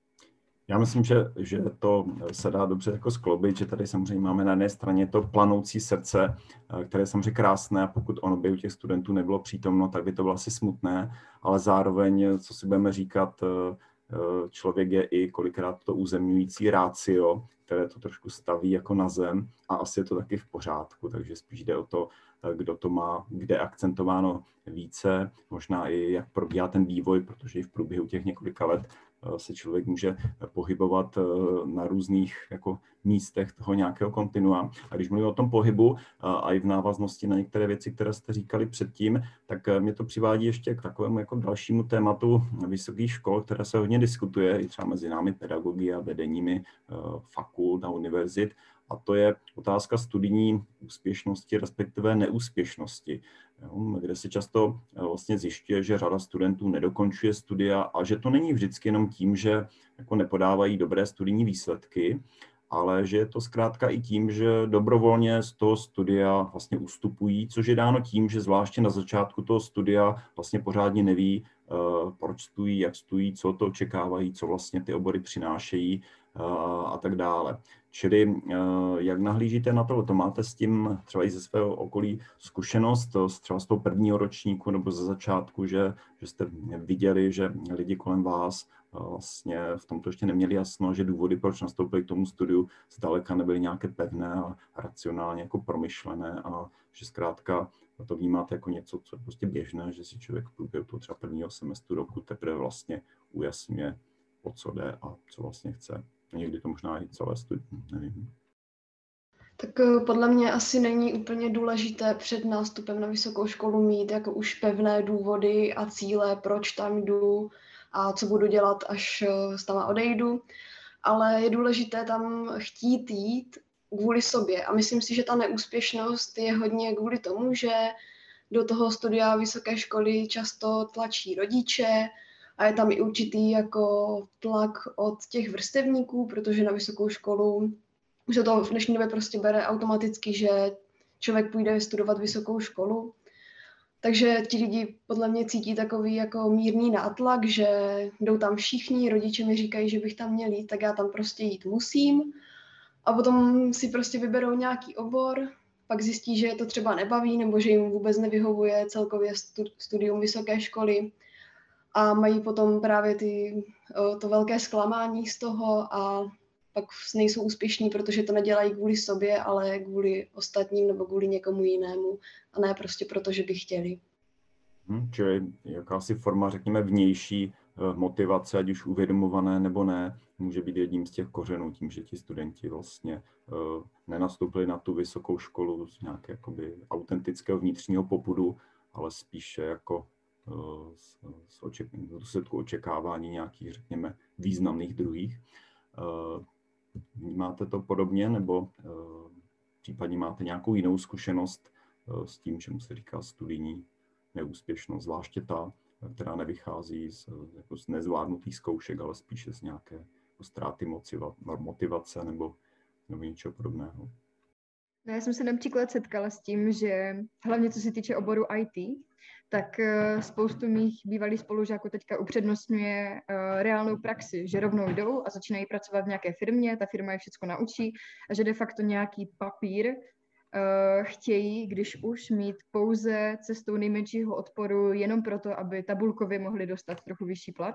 Já myslím, že, že to se dá dobře jako skloubit, že tady samozřejmě máme na jedné straně to planoucí srdce, které je samozřejmě krásné a pokud ono by u těch studentů nebylo přítomno, tak by to bylo asi smutné, ale zároveň, co si budeme říkat, člověk je i kolikrát to uzemňující rácio, které to trošku staví jako na zem a asi je to taky v pořádku, takže spíš jde o to, kdo to má, kde akcentováno více, možná i jak probíhá ten vývoj, protože i v průběhu těch několika let se člověk může pohybovat na různých jako místech toho nějakého kontinua. A když mluvím o tom pohybu a i v návaznosti na některé věci, které jste říkali předtím, tak mě to přivádí ještě k takovému jako dalšímu tématu vysokých škol, které se hodně diskutuje i třeba mezi námi pedagogy a vedeními fakult a univerzit. A to je otázka studijní úspěšnosti, respektive neúspěšnosti, jo, kde se často vlastně zjišťuje, že řada studentů nedokončuje studia a že to není vždycky jenom tím, že jako nepodávají dobré studijní výsledky, ale že je to zkrátka i tím, že dobrovolně z toho studia vlastně ustupují, což je dáno tím, že zvláště na začátku toho studia vlastně pořádně neví, proč stují, jak stují, co to očekávají, co vlastně ty obory přinášejí a tak dále. Čili jak nahlížíte na to, to máte s tím třeba i ze svého okolí zkušenost, třeba z toho prvního ročníku nebo ze začátku, že, že jste viděli, že lidi kolem vás vlastně v tomto ještě neměli jasno, že důvody, proč nastoupili k tomu studiu, zdaleka nebyly nějaké pevné a racionálně jako promyšlené a že zkrátka to vnímáte jako něco, co je prostě běžné, že si člověk v průběhu toho třeba prvního semestru roku teprve vlastně ujasňuje, o co jde a co vlastně chce. Někdy to možná i celé studium, nevím. Tak podle mě asi není úplně důležité před nástupem na vysokou školu mít jako už pevné důvody a cíle, proč tam jdu a co budu dělat, až tam odejdu. Ale je důležité tam chtít jít kvůli sobě. A myslím si, že ta neúspěšnost je hodně kvůli tomu, že do toho studia vysoké školy často tlačí rodiče a je tam i určitý jako tlak od těch vrstevníků, protože na vysokou školu už to v dnešní době prostě bere automaticky, že člověk půjde studovat vysokou školu. Takže ti lidi podle mě cítí takový jako mírný nátlak, že jdou tam všichni, rodiče mi říkají, že bych tam měl jít, tak já tam prostě jít musím. A potom si prostě vyberou nějaký obor, pak zjistí, že je to třeba nebaví, nebo že jim vůbec nevyhovuje celkově studium vysoké školy. A mají potom právě ty, to velké zklamání z toho a pak nejsou úspěšní, protože to nedělají kvůli sobě, ale kvůli ostatním nebo kvůli někomu jinému a ne prostě proto, že by chtěli. Hmm, čili jakási forma, řekněme, vnější motivace, ať už uvědomované nebo ne, může být jedním z těch kořenů, tím, že ti studenti vlastně uh, nenastoupili na tu vysokou školu z nějaké jakoby autentického vnitřního popudu, ale spíše jako z, z oček, důsledku očekávání nějakých, řekněme, významných druhých. Vnímáte to podobně, nebo případně máte nějakou jinou zkušenost s tím, čemu se říká studijní neúspěšnost, zvláště ta, která nevychází z, jako z nezvládnutých zkoušek, ale spíše z nějaké jako ztráty motivace nebo, nebo něčeho podobného? No, já jsem se například setkala s tím, že hlavně co se týče oboru í té, tak spoustu mých bývalých spolužáků teďka upřednostňuje reálnou praxi, že rovnou jdou a začínají pracovat v nějaké firmě, ta firma je všechno naučí a že de facto nějaký papír chtějí, když už mít pouze cestou nejmenšího odporu jenom proto, aby tabulkově mohli dostat trochu vyšší plat.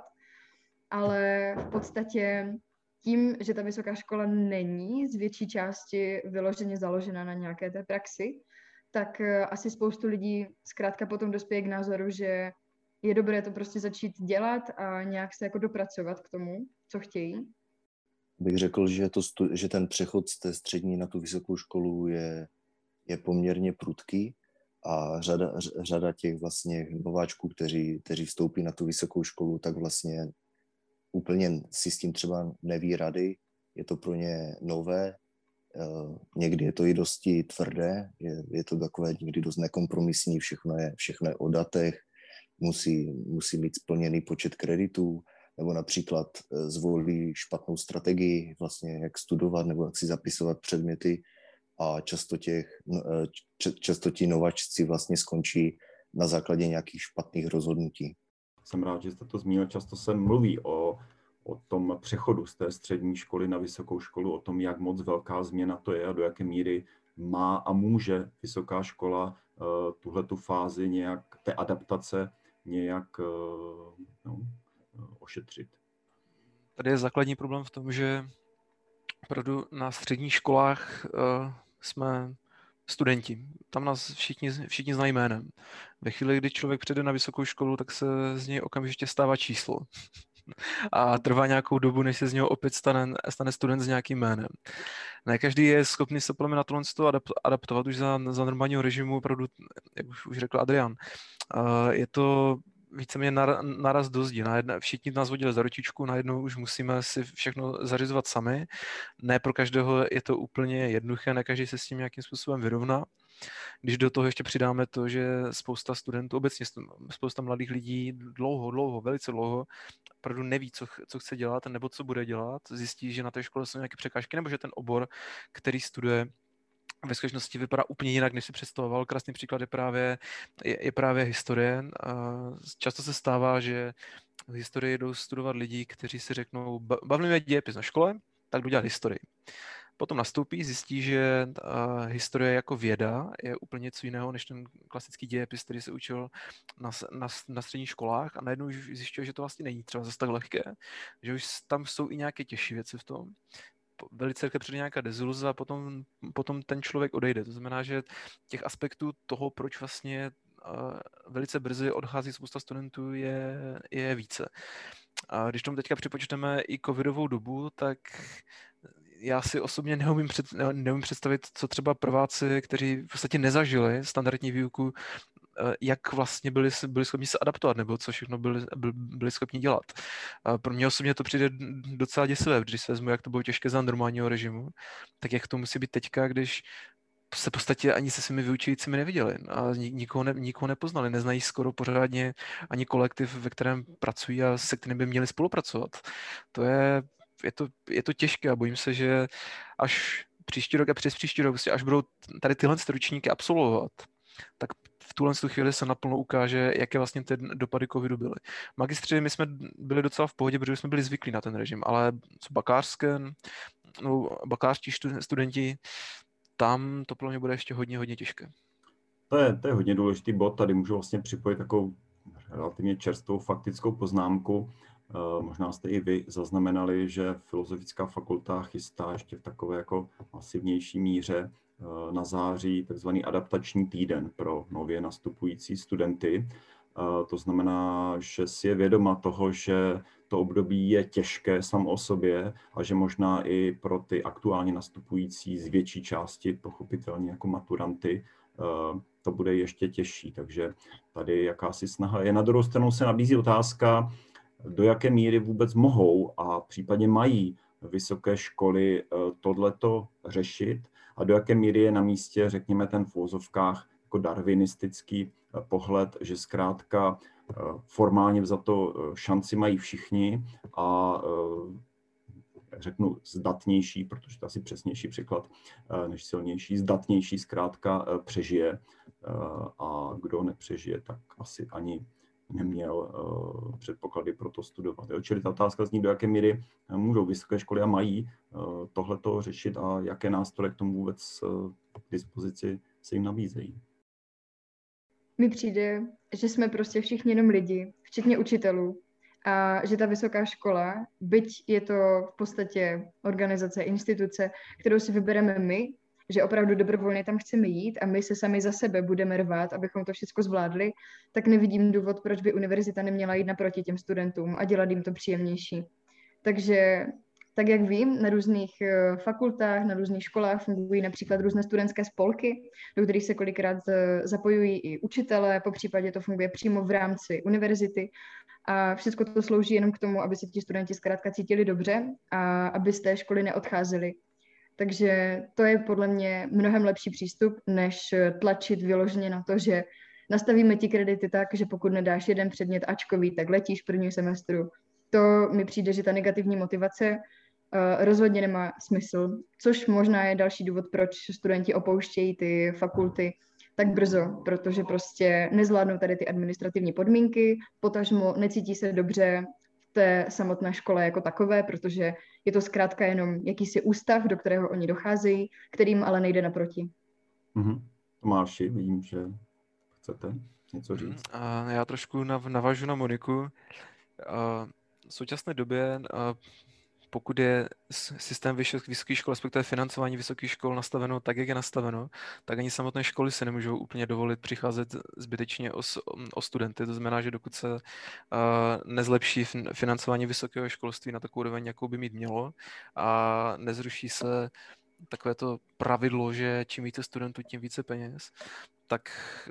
Ale v podstatě tím, že ta vysoká škola není z větší části vyloženě založena na nějaké té praxi, tak asi spoustu lidí zkrátka potom dospěje k názoru, že je dobré to prostě začít dělat a nějak se jako dopracovat k tomu, co chtějí. Bych řekl, že, to, že ten přechod z té střední na tu vysokou školu je, je poměrně prudký a řada, řada těch vlastně nováčků, kteří, kteří vstoupí na tu vysokou školu, tak vlastně úplně si s tím třeba neví rady, je to pro ně nové, někdy je to i dosti tvrdé, je, je to takové někdy dost nekompromisní, všechno je, všechno je o datech, musí, musí mít splněný počet kreditů, nebo například zvolí špatnou strategii, vlastně jak studovat nebo jak si zapisovat předměty a často, těch, často ti nováčci vlastně skončí na základě nějakých špatných rozhodnutí. Jsem rád, že jste to zmínil. Často se mluví o, o tom přechodu z té střední školy na vysokou školu, o tom, jak moc velká změna to je a do jaké míry má a může vysoká škola uh, tuhletu fázi nějak, té adaptace nějak uh, no, ošetřit. Tady je základní problém v tom, že opravdu na středních školách uh, jsme studenti. Tam nás všichni, všichni znají jménem. Ve chvíli, kdy člověk přijde na vysokou školu, tak se z něj okamžitě stává číslo. A trvá nějakou dobu, než se z něho opět stane, stane student s nějakým jménem. Ne každý je schopný se podle mě na tohle adaptovat už za, za normálního režimu, opravdu, jak už, už řekl Adrian. Uh, je to víceméně naraz do zdi. Všichni nás vodili za ručičku, najednou už musíme si všechno zařizovat sami. Ne pro každého je to úplně jednoduché, ne každý se s tím nějakým způsobem vyrovná. Když do toho ještě přidáme to, že spousta studentů, obecně spousta mladých lidí dlouho, dlouho, velice dlouho, opravdu neví, co, co chce dělat nebo co bude dělat, zjistí, že na té škole jsou nějaké překážky nebo že ten obor, který studuje, ve skutečnosti vypadá úplně jinak, než si představoval. Krásný příklad je právě, je, je právě historie. Často se stává, že v historii jdou studovat lidi, kteří si řeknou, baví mě dějepis na škole, tak jdu dělat historii. Potom nastoupí, zjistí, že uh, historie jako věda je úplně něco jiného, než ten klasický dějepis, který se učil na, na, na středních školách a najednou už zjišťuje, že to vlastně není třeba zase tak lehké, že už tam jsou i nějaké těžší věci v tom. Velice rychle přijde nějaká deziluze a potom, potom ten člověk odejde. To znamená, že těch aspektů toho, proč vlastně uh, velice brzy odchází spousta studentů, je, je více. A když tomu teďka připočteme i covidovou dobu, tak já si osobně neumím, před, neumím představit, co třeba prváci, kteří v podstatě nezažili standardní výuku, jak vlastně byli, byli schopni se adaptovat, nebo co všechno byli, byli schopni dělat. A pro mě osobně to přijde docela děsivé, když se vezmu, jak to bylo těžké za normálního režimu, tak jak to musí být teďka, když se v podstatě ani se svými vyučujícími neviděli a nikoho, ne, nikoho nepoznali, neznají skoro pořádně ani kolektiv, ve kterém pracují a se kterým by měli spolupracovat. To je, je to, je to těžké a bojím se, že až příští rok a přes příští rok, až budou tady tyhle ročníky absolvovat, tak v tuhle chvíli se naplno ukáže, jaké vlastně ty dopady covidu byly. Magistři my jsme byli docela v pohodě, protože jsme byli zvyklí na ten režim, ale co bakalářské, no, bakalářští studenti, tam to pro mě bude ještě hodně, hodně těžké. To je, to je hodně důležitý bod. Tady můžu vlastně připojit takovou relativně čerstvou faktickou poznámku. E, možná jste i vy zaznamenali, že Filozofická fakulta chystá ještě v takové jako masivnější míře e, na září takzvaný adaptační týden pro nově nastupující studenty. E, to znamená, že si je vědoma toho, že to období je těžké samo o sobě a že možná i pro ty aktuálně nastupující z větší části, pochopitelně jako maturanty, to bude ještě těžší. Takže tady jakási snaha je. Na druhou stranu se nabízí otázka, do jaké míry vůbec mohou a případně mají vysoké školy tohleto řešit a do jaké míry je na místě, řekněme, ten v uvozovkách jako darwinistický pohled, že zkrátka formálně vzato šanci mají všichni a řeknu zdatnější, protože to je asi přesnější překlad než silnější, zdatnější zkrátka přežije a kdo nepřežije, tak asi ani neměl uh, předpoklady pro to studovat. Jo? Čili ta otázka zní, do jaké míry můžou vysoké školy a mají uh, tohleto řešit a jaké nástroje k tomu vůbec uh, k dispozici se jim nabízejí. Mi přijde, že jsme prostě všichni jenom lidi, včetně učitelů, a že ta vysoká škola, byť je to v podstatě organizace, instituce, kterou si vybereme my, že opravdu dobrovolně tam chceme jít a my se sami za sebe budeme rvát, abychom to všechno zvládli, tak nevidím důvod, proč by univerzita neměla jít naproti těm studentům a dělat jim to příjemnější. Takže, tak jak vím, na různých fakultách, na různých školách fungují například různé studentské spolky, do kterých se kolikrát zapojují i učitelé, popřípadě to funguje přímo v rámci univerzity a všechno to slouží jenom k tomu, aby se ti studenti zkrátka cítili dobře a aby z té školy neodcházeli. Takže to je podle mě mnohem lepší přístup, než tlačit vyloženě na to, že nastavíme ti kredity tak, že pokud nedáš jeden předmět ačkový, tak letíš v prvním semestru. To mi přijde, že ta negativní motivace uh, rozhodně nemá smysl, což možná je další důvod, proč studenti opouštějí ty fakulty tak brzo, protože prostě nezvládnou tady ty administrativní podmínky, potažmo necítí se dobře v té samotné škole jako takové, protože je to zkrátka jenom jakýsi ústav, do kterého oni docházejí, kterým ale nejde naproti. Mm-hmm. Tomáši, vidím, že chcete něco říct. A já trošku nav- navážu na Moniku. A v současné době, a pokud je systém vysokých škol, respektive financování vysokých škol nastaveno tak, jak je nastaveno, tak ani samotné školy se nemůžou úplně dovolit přicházet zbytečně o, o studenty. To znamená, že dokud se uh, nezlepší financování vysokého školství na takovou úroveň, jakou by mít mělo, a nezruší se takové to pravidlo, že čím více studentů, tím více peněz, tak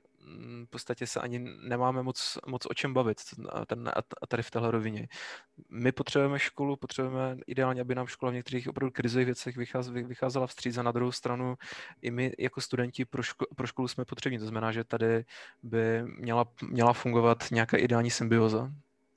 v podstatě se ani nemáme moc, moc o čem bavit ten, a tady v téhle rovině. My potřebujeme školu, potřebujeme ideálně, aby nám škola v některých opravdu krizových věcech vycházela vstříc, a na druhou stranu i my jako studenti pro, ško, pro školu jsme potřební. To znamená, že tady by měla, měla fungovat nějaká ideální symbioza.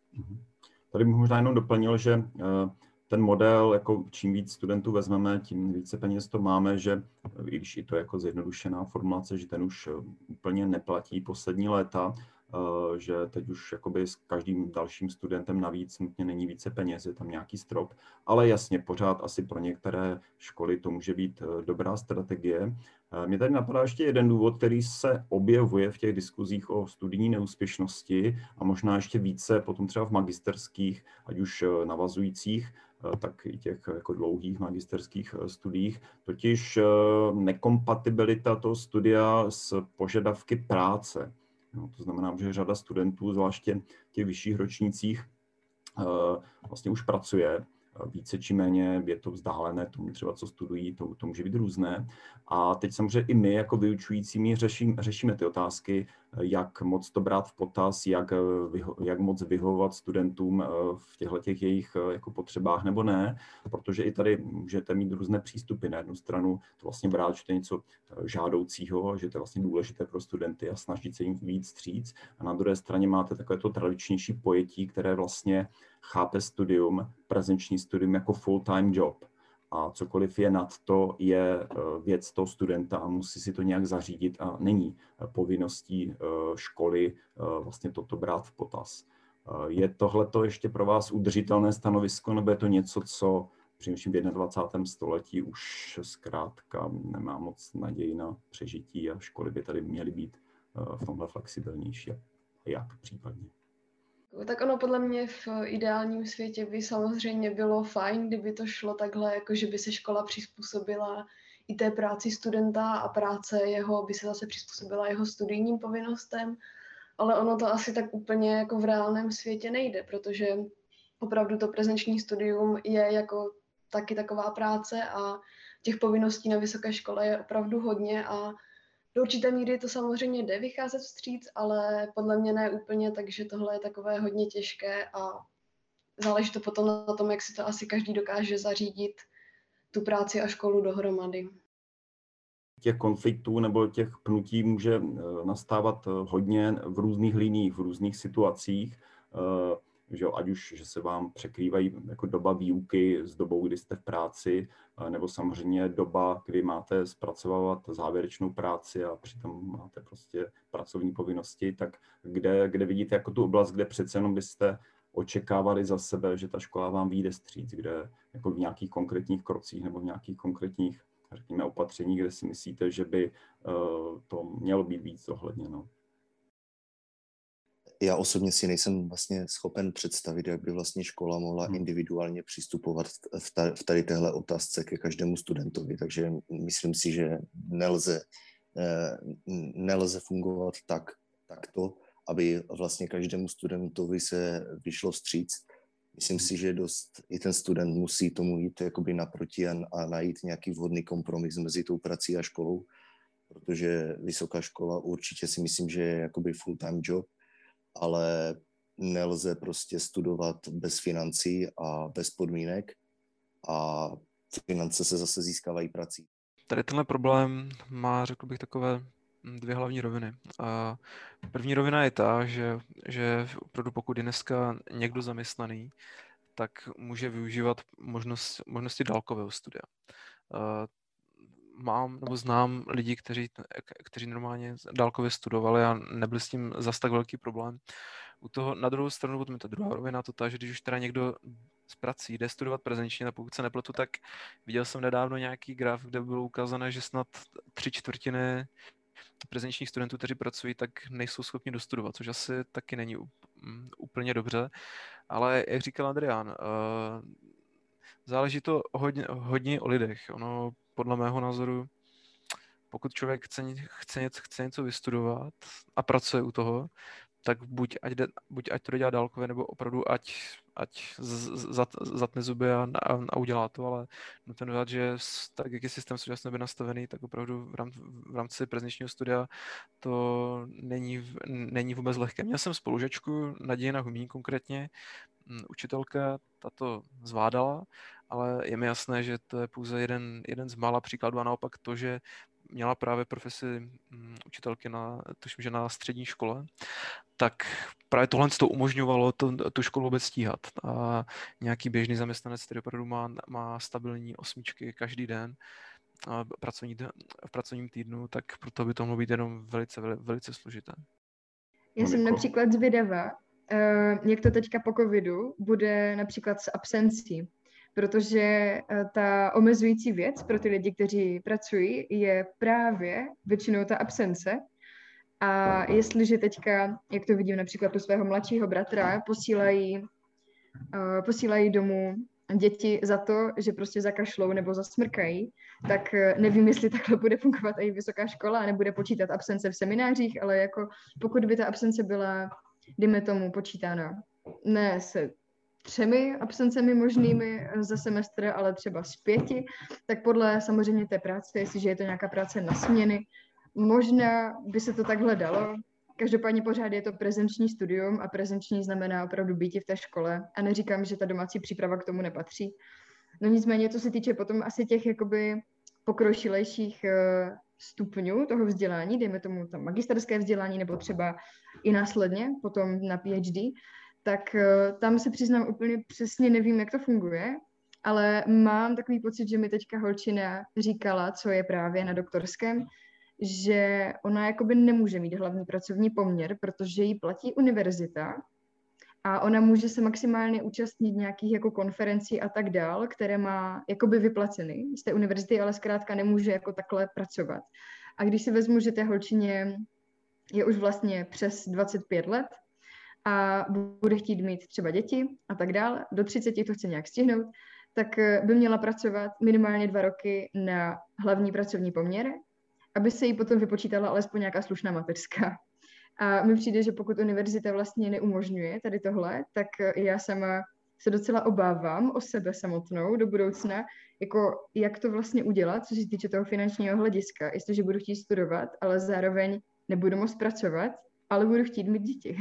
Tady bych možná jenom doplnil, že ten model, jako čím víc studentů vezmeme, tím více peněz to máme, že i když i to je jako zjednodušená formulace, že ten už úplně neplatí poslední léta, že teď už jakoby s každým dalším studentem navíc nutně není více peněz, je tam nějaký strop, ale jasně pořád asi pro některé školy to může být dobrá strategie. Mně tady napadá ještě jeden důvod, který se objevuje v těch diskuzích o studijní neúspěšnosti a možná ještě více potom třeba v magisterských, ať už navazujících, tak i těch jako dlouhých magisterských studiích, totiž nekompatibilita toho studia s požadavky práce. No, to znamená, že řada studentů, zvláště v těch vyšších ročnících, vlastně už pracuje. Více či méně je to vzdálené tomu třeba, co studují, to, to může být různé. A teď samozřejmě i my jako vyučujícími řeším, řešíme ty otázky, jak moc to brát v potaz, jak, vyho, jak moc vyhovovat studentům v těchto těch jejich jako potřebách nebo ne, protože i tady můžete mít různé přístupy. Na jednu stranu to vlastně brát, že to je něco žádoucího, že to je vlastně důležité pro studenty a snažit se jim víc vstříc. A na druhé straně máte takové to tradičnější pojetí, které vlastně chápe studium, prezenční studium jako full-time job. A cokoliv je nad to, je věc toho studenta a musí si to nějak zařídit a není povinností školy vlastně toto brát v potaz. Je tohleto ještě pro vás udržitelné stanovisko, nebo je to něco, co především v dvacátém prvním století už zkrátka nemá moc naději na přežití a školy by tady měly být v tomhle flexibilnější? Jak případně? Tak ono podle mě v ideálním světě by samozřejmě bylo fajn, kdyby to šlo takhle, jako že by se škola přizpůsobila i té práci studenta a práce jeho by se zase přizpůsobila jeho studijním povinnostem, ale ono to asi tak úplně jako v reálném světě nejde, protože opravdu to prezenční studium je jako taky taková práce a těch povinností na vysoké škole je opravdu hodně a Do určité míry to samozřejmě jde vycházet vstříc, ale podle mě ne úplně, takže tohle je takové hodně těžké a záleží to potom na tom, jak si to asi každý dokáže zařídit tu práci a školu dohromady. Těch konfliktů nebo těch pnutí může nastávat hodně v různých liních, v různých situacích, že ať už, že se vám překrývají jako doba výuky s dobou, kdy jste v práci, nebo samozřejmě doba, kdy máte zpracovávat závěrečnou práci a přitom máte prostě pracovní povinnosti, tak kde, kde vidíte jako tu oblast, kde přece jenom byste očekávali za sebe, že ta škola vám vyjde vstříc, kde jako v nějakých konkrétních krocích nebo v nějakých konkrétních, řekněme, opatření, kde si myslíte, že by to mělo být víc zohledněno? Já osobně si nejsem vlastně schopen představit, jak by vlastně škola mohla hmm. individuálně přistupovat v tady téhle otázce ke každému studentovi, takže myslím si, že nelze, nelze fungovat tak, takto, aby vlastně každému studentovi se vyšlo vstříc. Myslím si, že dost i ten student musí tomu jít jakoby naproti a, a najít nějaký vhodný kompromis mezi tou prací a školou, protože vysoká škola určitě si myslím, že je jakoby full-time job, ale nelze prostě studovat bez financí a bez podmínek a finance se zase získávají prací. Tady tenhle problém má, řekl bych, takové dvě hlavní roviny. A první rovina je ta, že, že opravdu pokud je dneska někdo zaměstnaný, tak může využívat možnost, možnosti dálkového studia. Mám nebo znám lidi, kteří, kteří normálně dálkově studovali a nebyl s tím zas tak velký problém. U toho, na druhou stranu, potom je ta druhá rovina, to ta, že když už teda někdo z prací jde studovat prezenčně, a pokud se nepletu, tak viděl jsem nedávno nějaký graf, kde bylo ukázané, že snad tři čtvrtiny prezenčních studentů, kteří pracují, tak nejsou schopni dostudovat, což asi taky není úplně dobře. Ale jak říkal Adrián, záleží to hodně, hodně o lidech. Ono podle mého názoru, pokud člověk chce, chce, něco, chce něco vystudovat a pracuje u toho, tak buď ať, jde, buď ať to dělá dálkově, nebo opravdu ať, ať zat, zatne zuby a, a, a udělá to, ale nutno dodat, že tak, jak je systém současně by nastavený, tak opravdu v rámci, v rámci prezenčního studia to není, není vůbec lehké. Měl jsem spolužačku, Nadějina Humín konkrétně, učitelka, ta to zvládala, ale je mi jasné, že to je pouze jeden, jeden z mála příkladů a naopak to, že měla právě profesi um, učitelky na, tuším, že na střední škole, tak právě tohle to umožňovalo to, tu školu vůbec stíhat. A nějaký běžný zaměstnanec, který opravdu má, má stabilní osmičky každý den a pracovní, v pracovním týdnu, tak proto by to mohlo být jenom velice, velice složité. Já jsem například zvědavá, jak to teďka po covidu bude například s absencí, protože ta omezující věc pro ty lidi, kteří pracují, je právě většinou ta absence. A jestliže teďka, jak to vidím například u svého mladšího bratra, posílají, uh, posílají domů děti za to, že prostě zakašlou nebo zasmrkají, tak nevím, jestli takhle bude fungovat i vysoká škola a nebude počítat absence v seminářích, ale jako pokud by ta absence byla, dejme tomu, počítána ne se třemi absencemi možnými za semestr, ale třeba z pěti, tak podle samozřejmě té práce, jestliže je to nějaká práce na směny, možná by se to takhle dalo. Každopádně pořád je to prezenční studium a prezenční znamená opravdu být v té škole. A neříkám, že ta domácí příprava k tomu nepatří. No nicméně, co se týče potom asi těch jakoby pokročilejších stupňů toho vzdělání, dejme tomu tam magisterské vzdělání nebo třeba i následně potom na PhD, tak tam se přiznám úplně přesně nevím, jak to funguje, ale mám takový pocit, že mi teďka holčina říkala, co je právě na doktorském, že ona jakoby nemůže mít hlavní pracovní poměr, protože jí platí univerzita a ona může se maximálně účastnit nějakých jako konferencí a tak dál, které má jakoby vyplaceny z té univerzity, ale zkrátka nemůže jako takhle pracovat. A když si vezmu, že té holčině je už vlastně přes dvacet pět let a bude chtít mít třeba děti a tak dál, do třiceti to chce nějak stihnout, tak by měla pracovat minimálně dva roky na hlavní pracovní poměr, aby se jí potom vypočítala alespoň nějaká slušná mateřská. A mi přijde, že pokud univerzita vlastně neumožňuje tady tohle, tak já sama se docela obávám o sebe samotnou do budoucna, jako jak to vlastně udělat, co se týče toho finančního hlediska, jestliže budu chtít studovat, ale zároveň nebudu moct pracovat, ale budu chtít mít děti.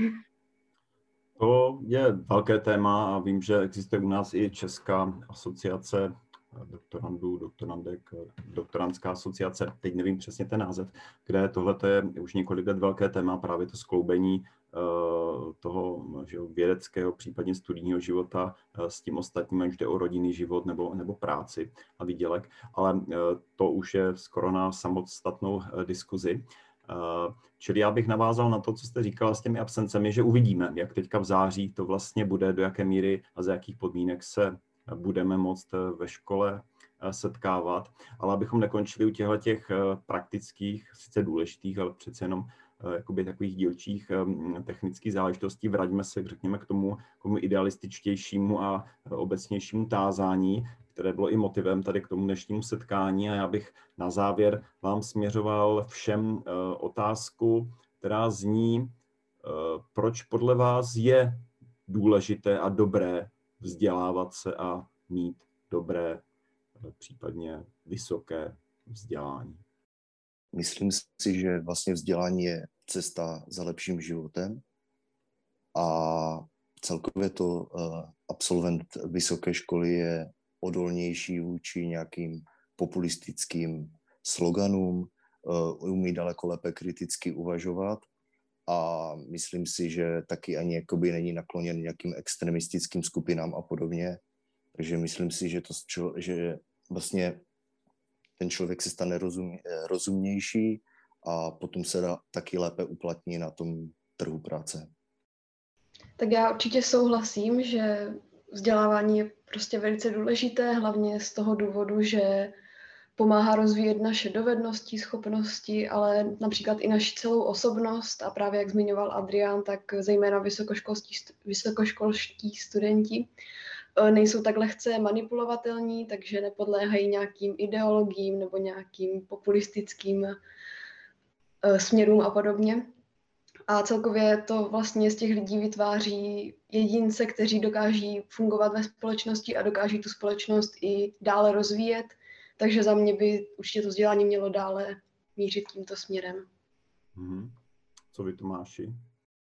To je velké téma a vím, že existuje u nás i Česká asociace doktorandů, doktorandek, doktorandská asociace, teď nevím přesně ten název, kde tohle je už několik let velké téma, právě to skloubení uh, toho že, vědeckého, případně studijního života uh, s tím ostatním, ať jde o rodinný život nebo, nebo práci a výdělek, ale uh, to už je skoro na samostatnou uh, diskuzi. Uh, čili já bych navázal na to, co jste říkala s těmi absencemi, že uvidíme, jak teďka v září to vlastně bude, do jaké míry a za jakých podmínek se budeme moct ve škole setkávat, ale abychom nekončili u těchto těch praktických, sice důležitých, ale přece jenom jakoby takových dílčích technických záležitostí, vraťme se, řekněme, k tomu, k tomu idealističtějšímu a obecnějšímu tázání, které bylo i motivem tady k tomu dnešnímu setkání, a já bych na závěr vám směřoval všem otázku, která zní, proč podle vás je důležité a dobré vzdělávat se a mít dobré, případně vysoké vzdělání. Myslím si, že vlastně vzdělání je cesta za lepším životem a celkově to uh, absolvent vysoké školy je odolnější vůči nějakým populistickým sloganům, uh, umí daleko lépe kriticky uvažovat a myslím si, že taky ani jakoby není nakloněn nějakým extremistickým skupinám a podobně. Takže myslím si, že, to, že vlastně ten člověk se stane rozum, rozumnější a potom se dá taky lépe uplatní na tom trhu práce. Tak já určitě souhlasím, že vzdělávání je prostě velice důležité, hlavně z toho důvodu, že pomáhá rozvíjet naše dovednosti, schopnosti, ale například i naši celou osobnost a právě jak zmiňoval Adrián, tak zejména vysokoškolští, vysokoškolští studenti nejsou tak lehce manipulovatelní, takže nepodléhají nějakým ideologiím nebo nějakým populistickým směrům a podobně. A celkově to vlastně z těch lidí vytváří jedince, kteří dokáží fungovat ve společnosti a dokáží tu společnost i dále rozvíjet. Takže za mě by určitě to vzdělání mělo dále mířit tímto směrem. Mm-hmm. Co vy, Tomáši?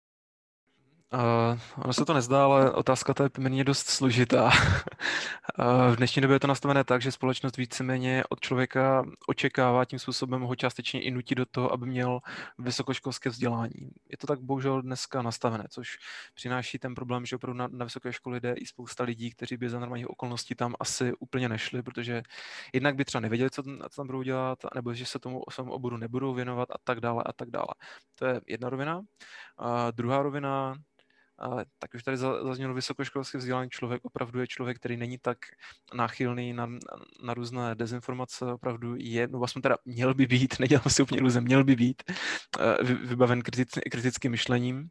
Uh, ono se to nezdá, ale otázka to je poměrně dost složitá. uh, v dnešní době je to nastavené tak, že společnost víceméně od člověka očekává, tím způsobem ho částečně i nutí do toho, aby měl vysokoškolské vzdělání. Je to tak bohužel dneska nastavené, což přináší ten problém, že opravdu na, na vysoké školy jde i spousta lidí, kteří by za normálních okolností tam asi úplně nešli, protože jednak by třeba nevěděli, co, co tam budou dělat, nebo že se tomu svému oboru nebudou věnovat a tak dále a tak dále. To je jedna rovina. A druhá rovina, ale tak už tady zaznělo vysokoškolské vzdělání, člověk opravdu je člověk, který není tak náchylný na, na různé dezinformace, opravdu je, no vlastně teda měl by být, nedělám si úplně iluze, měl by být vybaven kritic, kritickým myšlením.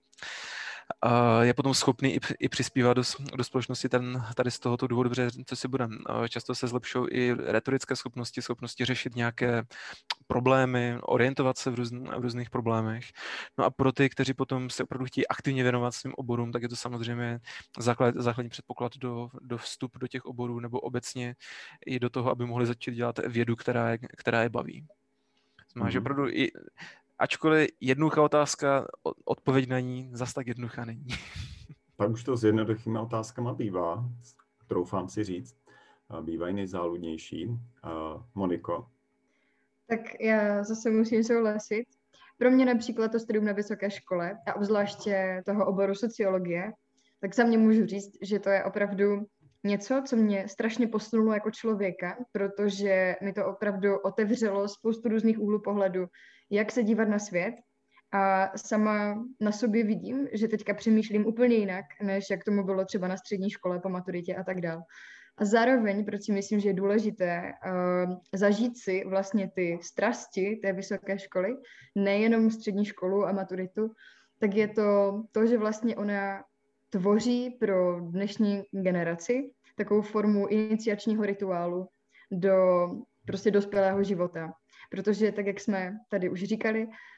Je potom schopný i, i přispívat do, do společnosti ten, tady z tohoto důvodu, protože co si budeme, často se zlepšují i retorické schopnosti, schopnosti řešit nějaké problémy, orientovat se v, různ, v různých problémech. No a pro ty, kteří potom se opravdu chtějí aktivně věnovat svým oborům, tak je to samozřejmě základ, základní předpoklad do, do vstup do těch oborů nebo obecně i do toho, aby mohli začít dělat vědu, která je, která je baví. Znamená, mm-hmm. že opravdu i ačkoliv jednoduchá otázka, odpověď na ní zas tak jednoduchá není. Pak už to s jednoduchými otázkama bývá, troufám si říct, bývají nejzáludnější. Moniko? Tak já zase musím souhlasit. Pro mě například to studium na vysoké škole a obzvláště toho oboru sociologie, tak za mě můžu říct, že to je opravdu něco, co mě strašně posunulo jako člověka, protože mi to opravdu otevřelo spoustu různých úhlů pohledu, jak se dívat na svět. A sama na sobě vidím, že teďka přemýšlím úplně jinak, než jak tomu bylo třeba na střední škole, po maturitě a tak dále. A zároveň, proč si myslím, že je důležité uh, zažít si vlastně ty strasti té vysoké školy, nejenom střední školu a maturitu, tak je to to, že vlastně ona tvoří pro dnešní generaci takovou formu iniciačního rituálu do prostě dospělého života. Protože tak, jak jsme tady už říkali,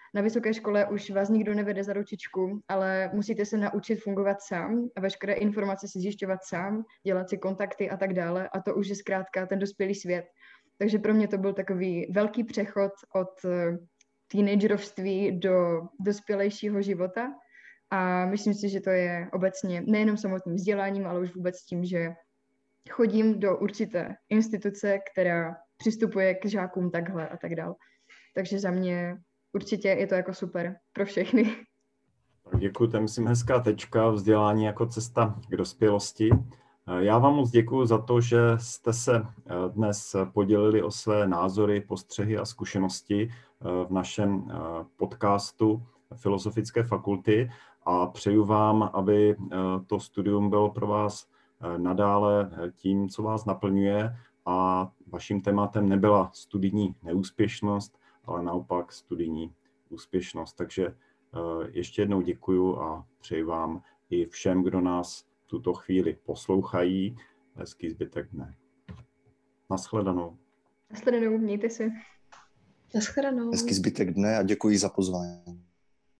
Na vysoké škole už vás nikdo nevede za ručičku, ale musíte se naučit fungovat sám a veškeré informace si zjišťovat sám, dělat si kontakty a tak dále. A to už je zkrátka ten dospělý svět. Takže pro mě to byl takový velký přechod od teenagerovství do dospělejšího života. A myslím si, že to je obecně nejenom samotným vzděláním, ale už vůbec tím, že chodím do určité instituce, která přistupuje k žákům takhle a tak dále. Takže za mě určitě je to jako super pro všechny. Tak děkuji, to je myslím hezká tečka, vzdělání jako cesta k dospělosti. Já vám moc děkuji za to, že jste se dnes podělili o své názory, postřehy a zkušenosti v našem podcastu Filozofické fakulty a přeju vám, aby to studium bylo pro vás nadále tím, co vás naplňuje a vaším tématem nebyla studijní neúspěšnost, ale naopak studijní úspěšnost. Takže ještě jednou děkuju a přeji vám i všem, kdo nás v tuto chvíli poslouchají, hezký zbytek dne. Nashledanou. Nashledanou, mějte se. Nashledanou. Hezký zbytek dne a děkuji za pozvání.